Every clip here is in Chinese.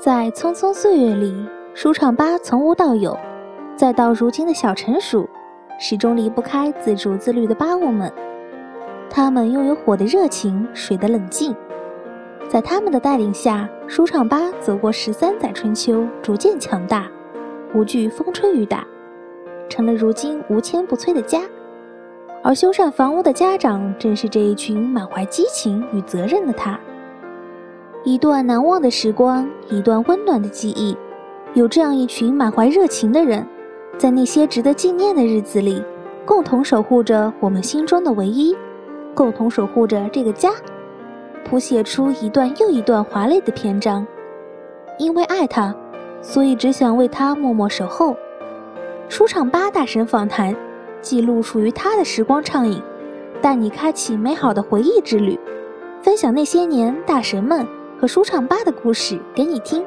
在匆匆岁月里，舒畅吧从无到有，再到如今的小成熟，始终离不开自主自律的吧务们。他们拥有火的热情，水的冷静。在他们的带领下，舒畅吧走过13载春秋，逐渐强大，无惧风吹雨打，成了如今无坚不摧的家。而修缮房屋的家长，正是这一群满怀激情与责任的他。一段难忘的时光，一段温暖的记忆，有这样一群满怀热情的人，在那些值得纪念的日子里，共同守护着我们心中的唯一，共同守护着这个家，谱写出一段又一段华丽的篇章。因为爱他，所以只想为他默默守候。舒畅吧大神访谈，记录属于他的时光畅饮，带你开启美好的回忆之旅，分享那些年大神们和舒畅吧的故事给你听。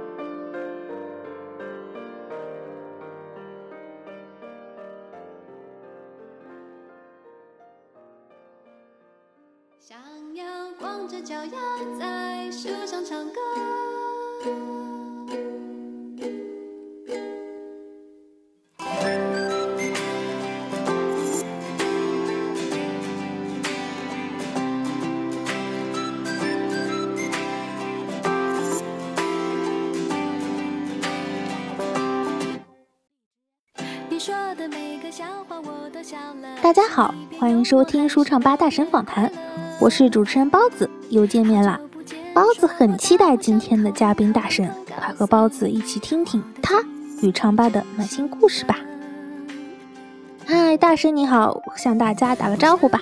想要光着脚丫在树上唱歌，你说的每个笑话我都笑了。 大家好，欢迎收听舒畅吧大神访谈，我是主持人包子，又见面啦。包子很期待今天的嘉宾大神，快和包子一起听听他与畅吧的暖心故事吧。嗨，大神你好，向大家打个招呼吧。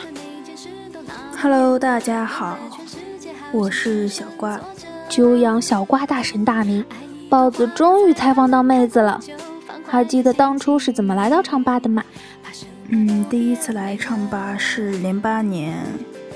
Hello， 大家好，我是小瓜。 久仰小瓜大神大名，包子终于采访到妹子了。还记得当初是怎么来到畅吧的吗？ 第一次来畅吧是08年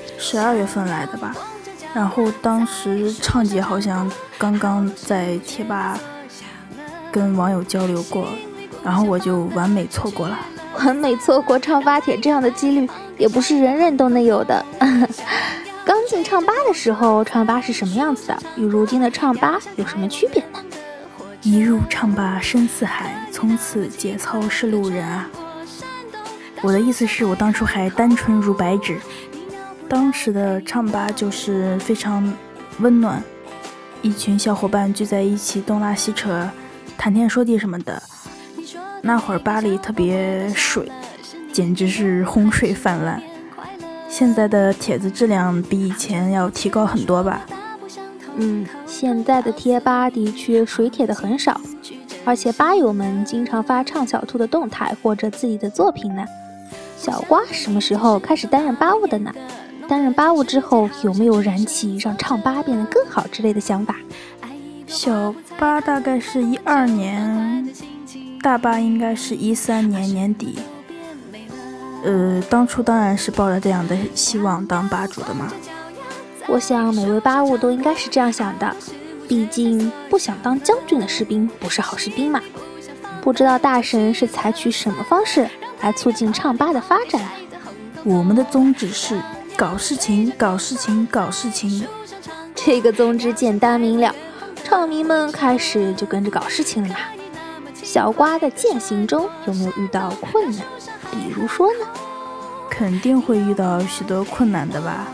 12月份来的吧，然后当时畅姐好像刚刚在贴吧跟网友交流过，然后我就完美错过了。 完美错过畅吧帖这样的几率也不是人人都能有的。刚进畅吧的时候，畅吧是什么样子的？与如今的畅吧有什么区别呢？ 一入畅吧深似海，从此节操是路人啊。我的意思是我当初还单纯如白纸。当时的畅吧就是非常温暖，一群小伙伴聚在一起东拉西扯，谈天说地什么的。那会儿吧里特别水，简直是洪水泛滥。现在的帖子质量比以前要提高很多吧。 现在的贴吧的确水帖的很少，而且吧友们经常发畅小兔的动态或者自己的作品呢。小瓜什么时候开始担任吧务的呢？担任吧务之后，有没有燃起让畅吧变得更好之类的想法？ 小吧大概是12年，大吧应该是13年年底。当初当然是抱着这样的希望当吧主的嘛。 我想每位吧务都应该是这样想的，毕竟不想当将军的士兵不是好士兵嘛。不知道大神是采取什么方式来促进畅吧的发展？ 我们的宗旨是搞事情，搞事情，搞事情。 这个宗旨简单明了，畅迷们开始就跟着搞事情了嘛。小瓜在践行中有没有遇到困难？比如说呢？ 肯定会遇到许多困难的吧。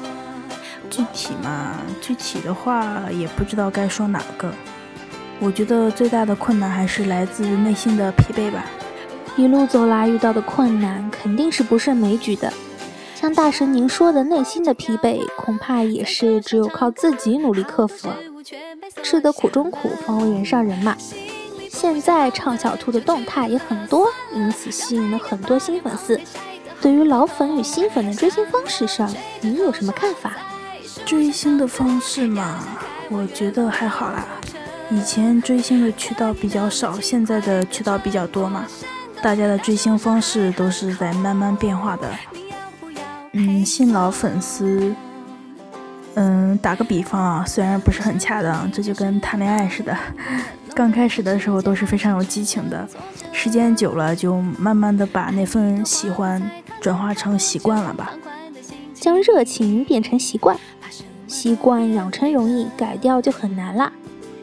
具体的话也不知道该说哪个。我觉得最大的困难还是来自内心的疲惫吧。 一路走来遇到的困难肯定是不胜枚举的，像大神您说的内心的疲惫，恐怕也是只有靠自己努力克服。吃得苦中苦，方为人上人嘛。现在畅小兔的动态也很多，因此吸引了很多新粉丝。对于老粉与新粉的追星方式上，你有什么看法？ 追星的方式嘛，我觉得还好啦。以前追星的渠道比较少，现在的渠道比较多嘛。大家的追星方式都是在慢慢变化的。新老粉丝，打个比方啊，虽然不是很恰当，这就跟谈恋爱似的。刚开始的时候都是非常有激情的，时间久了就慢慢的把那份喜欢转化成习惯了吧。 将热情变成习惯，习惯养成容易，改掉就很难啦。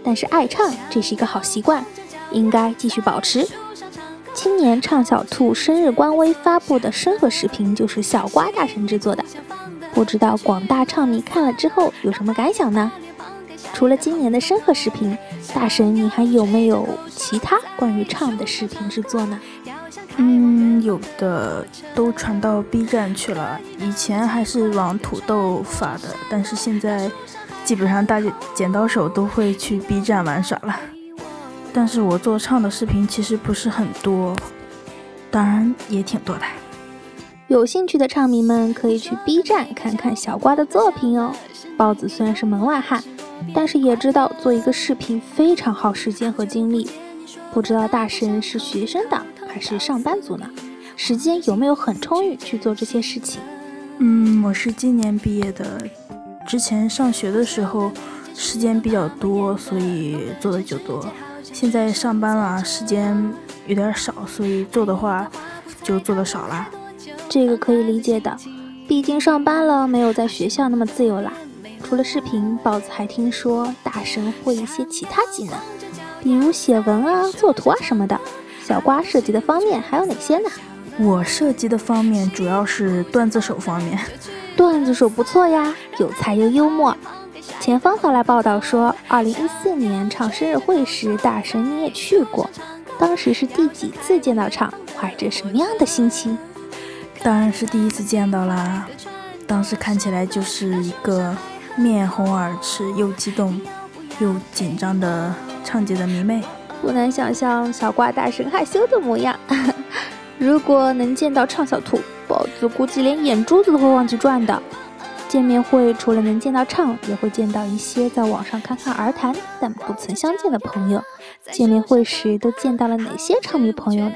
但是爱唱这是一个好习惯，应该继续保持。今年唱小兔生日官微发布的生贺视频就是小瓜大神制作的，不知道广大唱迷看了之后有什么感想呢？除了今年的生贺视频，大神你还有没有其他关于唱的视频制作呢？ 有的都传到 B 站去了，以前还是往土豆发的，但是现在基本上大剪刀手都会去 B 站玩耍了。但是我做唱的视频其实不是很多，当然也挺多的。 有兴趣的唱迷们可以去 B 站看看小瓜的作品哦。包子虽然是门外汉，但是也知道做一个视频非常耗时间和精力。不知道大神是学生党还是上班族呢？时间有没有很充裕去做这些事情？ 我是今年毕业的，之前上学的时候时间比较多，所以做的就多。现在上班了，时间有点少，所以做的话就做的少啦。 这个可以理解的，毕竟上班了，没有在学校那么自由啦。除了视频，包子还听说大神会一些其他技能，比如写文啊、做图啊什么的。小瓜涉及的方面还有哪些呢？ 我涉及的方面主要是段子手方面。 段子手不错呀，有才又幽默。前方发来报道说，2014年唱生日会时，大神你也去过，当时是第几次见到唱，怀着什么样的心情？ 当然是第一次见到啦，当时看起来就是一个面红耳赤又激动又紧张的唱姐的迷妹。 不难想象小瓜大神害羞的模样。如果能见到唱小兔，包子估计连眼珠子都会忘记转的。见面会除了能见到唱，也会见到一些在网上侃侃而谈但不曾相见的朋友。见面会时都见到了哪些唱迷朋友呢？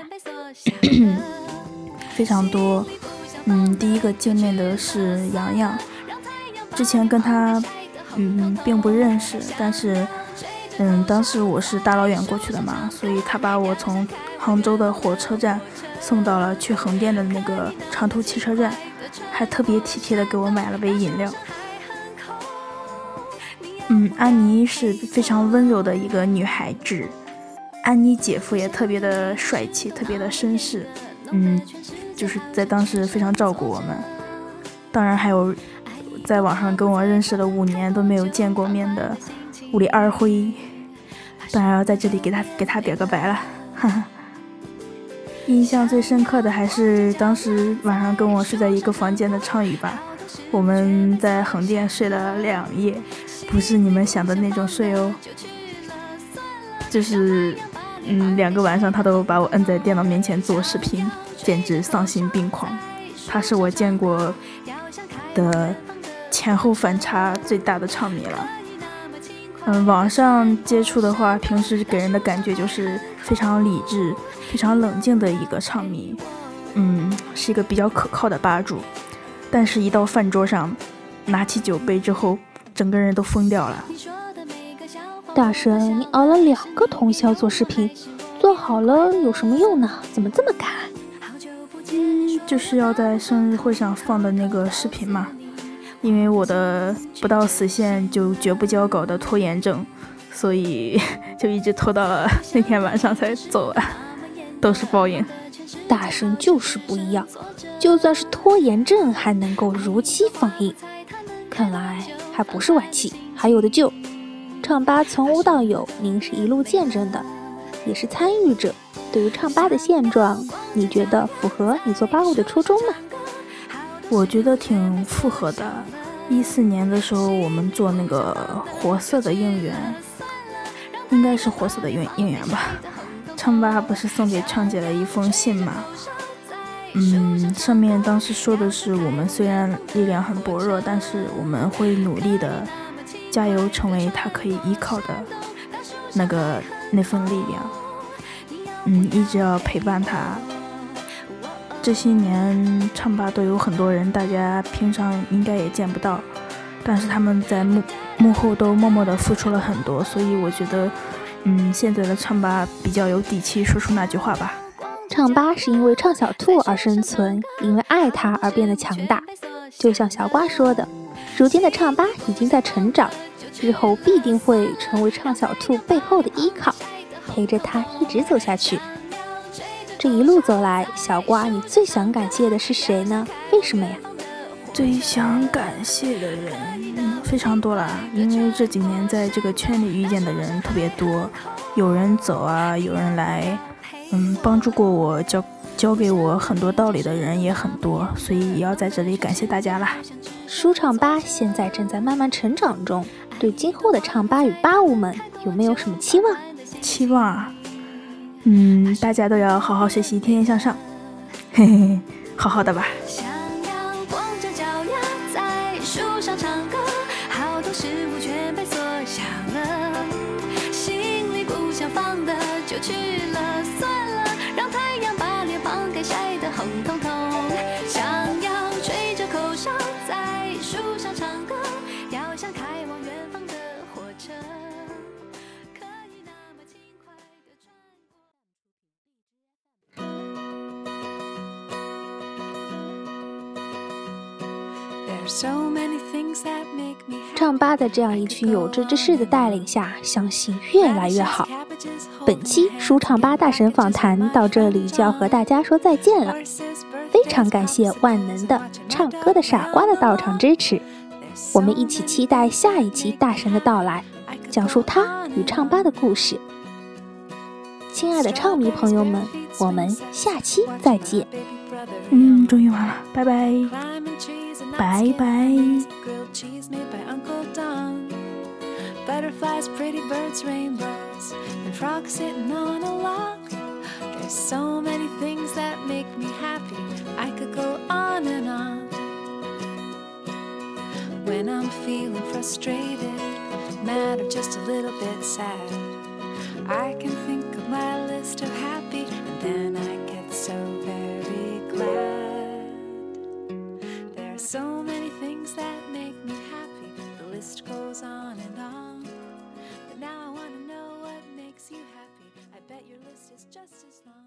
非常多。第一个见面的是洋洋，之前跟他并不认识，但是当时我是大老远过去的嘛，所以他把我从杭州的火车站送到了去横店的那个长途汽车站，还特别体贴的给我买了杯饮料。安妮是非常温柔的一个女孩子，安妮姐夫也特别的帅气，特别的绅士，就是在当时非常照顾我们。当然还有在网上跟我认识了5年都没有见过面的物理二辉，当然要在这里给他表个白了，哈哈。印象最深刻的还是当时晚上跟我睡在一个房间的昌宇吧，我们在横店睡了2夜，不是你们想的那种睡哦，就是2个晚上他都把我摁在电脑面前做视频，简直丧心病狂。他是我见过的前后反差最大的唱迷了。网上接触的话，平时给人的感觉就是非常理智非常冷静的一个唱迷，是一个比较可靠的吧主，但是一到饭桌上拿起酒杯之后整个人都疯掉了。 大神，你熬了2个通宵做视频，做好了有什么用呢？怎么这么赶？ 就是要在生日会上放的那个视频嘛，因为我的不到死线就绝不交稿的拖延症，所以就一直拖到了那天晚上才做完，都是报应。 大神就是不一样，就算是拖延症还能够如期放映，看来还不是晚期，还有的救。唱吧从无到有，您是一路见证的，也是参与者。对于唱吧的现状，你觉得符合你做吧务的初衷吗？ 我觉得挺符合的。14年的时候我们做那个活色的应援，应该是活色的应援吧，唱吧不是送给唱姐了一封信吗？上面当时说的是我们虽然力量很薄弱，但是我们会努力的加油，成为他可以依靠的那份力量，一直要陪伴他。这些年唱吧都有很多人，大家平常应该也见不到，但是他们在幕后都默默地付出了很多，所以我觉得现在的唱吧比较有底气说出那句话吧。 唱吧是因为唱小兔而生存，因为爱他而变得强大。就像小瓜说的，如今的唱吧已经在成长， 日后必定会成为唱小兔背后的依靠，陪着他一直走下去。这一路走来，小瓜，你最想感谢的是谁呢？为什么呀？ 最想感谢的人非常多啦，因为这几年在这个圈里遇见的人特别多，有人走啊，有人来，帮助过我，教给我很多道理的人也很多，所以也要在这里感谢大家啦。 舒唱吧现在正在慢慢成长中，对今后的唱吧与吧务们有没有什么期望？ 期望啊，大家都要好好学习，天天向上，嘿嘿，好好的吧。 像阳光着脚丫在树上唱歌，好多事物全被锁上了，心里不想放的就去了，算了，让太阳把脸庞给晒得红彤彤。像阳吹着口哨在树上唱歌，要像开往远方的火车，可以那么轻快地穿过。 唱吧的这样一群有志之士的带领下，相信越来越好。本期舒唱吧大神访谈到这里就要和大家说再见了，非常感谢万能的唱歌的傻瓜的到场支持，我们一起期待下一期大神的到来，讲述他与唱吧的故事。亲爱的唱迷朋友们，我们下期再见。 终于完了，拜拜，拜拜。 Butterflies, pretty birds, rainbows, and frogs sitting on a log. There's so many things that make me happy. I could go on and on. When I'm feeling frustrated, mad, or just a little bit sad, I can think of my list of happy, and then I get so very glad. There are so many things that make me happy. The list goes on and on.Now I want to know what makes you happy. I bet your list is just as long.